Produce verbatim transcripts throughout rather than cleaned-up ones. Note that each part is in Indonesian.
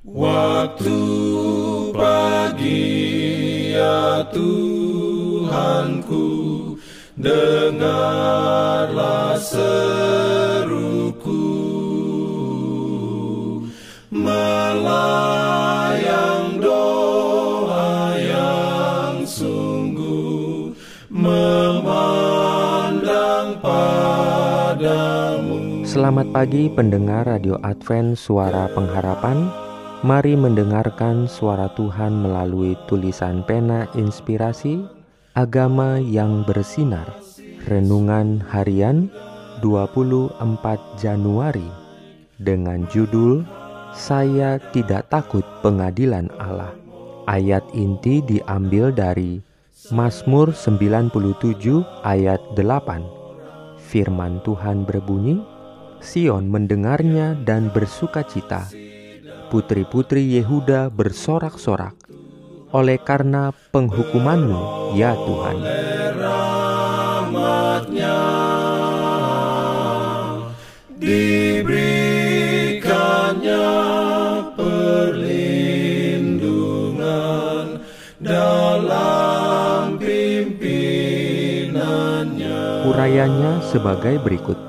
Waktu pagi ya Tuhanku, dengarlah seruku, melayang doa yang sungguh, memandang padamu. Selamat pagi pendengar Radio Advent Suara Pengharapan. Mari mendengarkan suara Tuhan melalui tulisan pena inspirasi Agama yang Bersinar. Renungan harian dua puluh empat Januari dengan judul Saya Tidak Takut Pengadilan Allah. Ayat inti diambil dari Mazmur sembilan puluh tujuh ayat delapan. Firman Tuhan berbunyi, Sion mendengarnya dan bersukacita. Putri-putri Yehuda bersorak-sorak oleh karena penghukuman-Mu, ya Tuhan. Rahmat-Nya diberikannya perlindungan dalam pimpinannya. Urayanya sebagai berikut.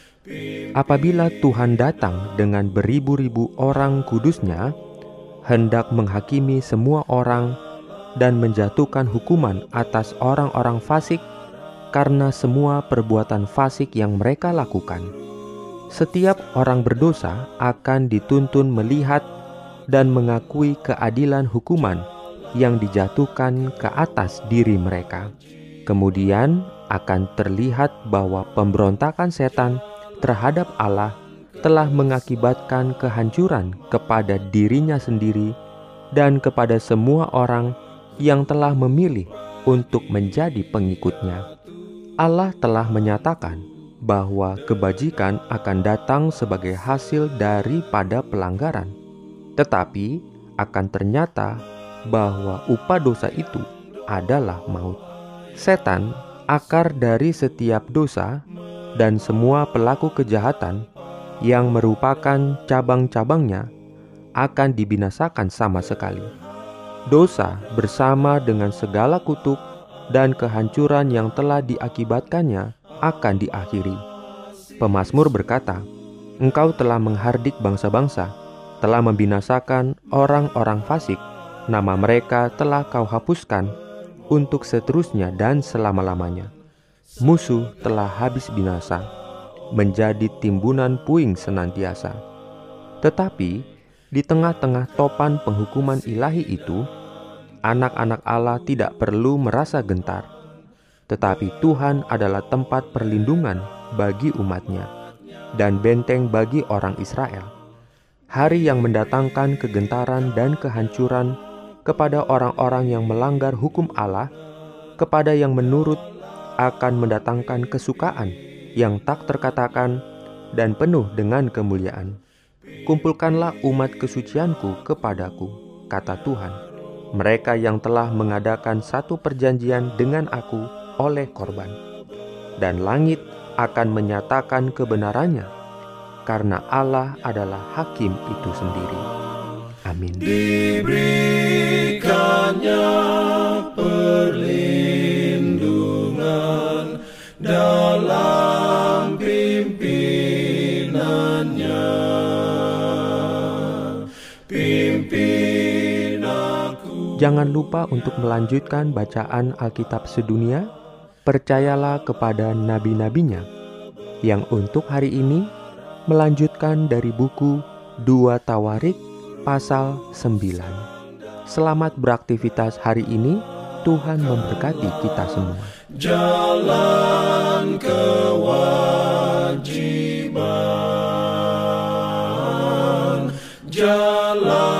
Apabila Tuhan datang dengan beribu-ribu orang kudusnya, hendak menghakimi semua orang dan menjatuhkan hukuman atas orang-orang fasik karena semua perbuatan fasik yang mereka lakukan. Setiap orang berdosa akan dituntun melihat dan mengakui keadilan hukuman yang dijatuhkan ke atas diri mereka. Kemudian akan terlihat bahwa pemberontakan setan terhadap Allah telah mengakibatkan kehancuran kepada dirinya sendiri dan kepada semua orang yang telah memilih untuk menjadi pengikutnya. Allah telah menyatakan bahwa kebajikan akan datang sebagai hasil daripada pelanggaran, tetapi akan ternyata bahwa upah dosa itu adalah maut. Setan, akar dari setiap dosa, dan semua pelaku kejahatan yang merupakan cabang-cabangnya akan dibinasakan sama sekali. Dosa bersama dengan segala kutuk dan kehancuran yang telah diakibatkannya akan diakhiri. Pemazmur berkata, Engkau telah menghardik bangsa-bangsa, telah membinasakan orang-orang fasik, nama mereka telah Kau hapuskan untuk seterusnya dan selama-lamanya. Musuh telah habis binasa, menjadi timbunan puing senantiasa. Tetapi di tengah-tengah topan penghukuman ilahi itu, anak-anak Allah tidak perlu merasa gentar. Tetapi Tuhan adalah tempat perlindungan bagi umat-Nya dan benteng bagi orang Israel. Hari yang mendatangkan kegentaran dan kehancuran kepada orang-orang yang melanggar hukum Allah, kepada yang menurut akan mendatangkan kesukaan yang tak terkatakan dan penuh dengan kemuliaan. Kumpulkanlah umat kesucianku kepadaku, kata Tuhan, mereka yang telah mengadakan satu perjanjian dengan aku oleh korban. Dan langit akan menyatakan kebenarannya, karena Allah adalah hakim itu sendiri. Amin. Diberikannya perlindungan dalam pimpinannya. Pimpin aku. Jangan lupa untuk melanjutkan bacaan Alkitab sedunia. Percayalah kepada nabi-nabinya, yang untuk hari ini melanjutkan dari buku dua Tawarik pasal sembilan. Selamat beraktivitas hari ini. Tuhan memberkati kita semua. Jalan kewajiban, jalan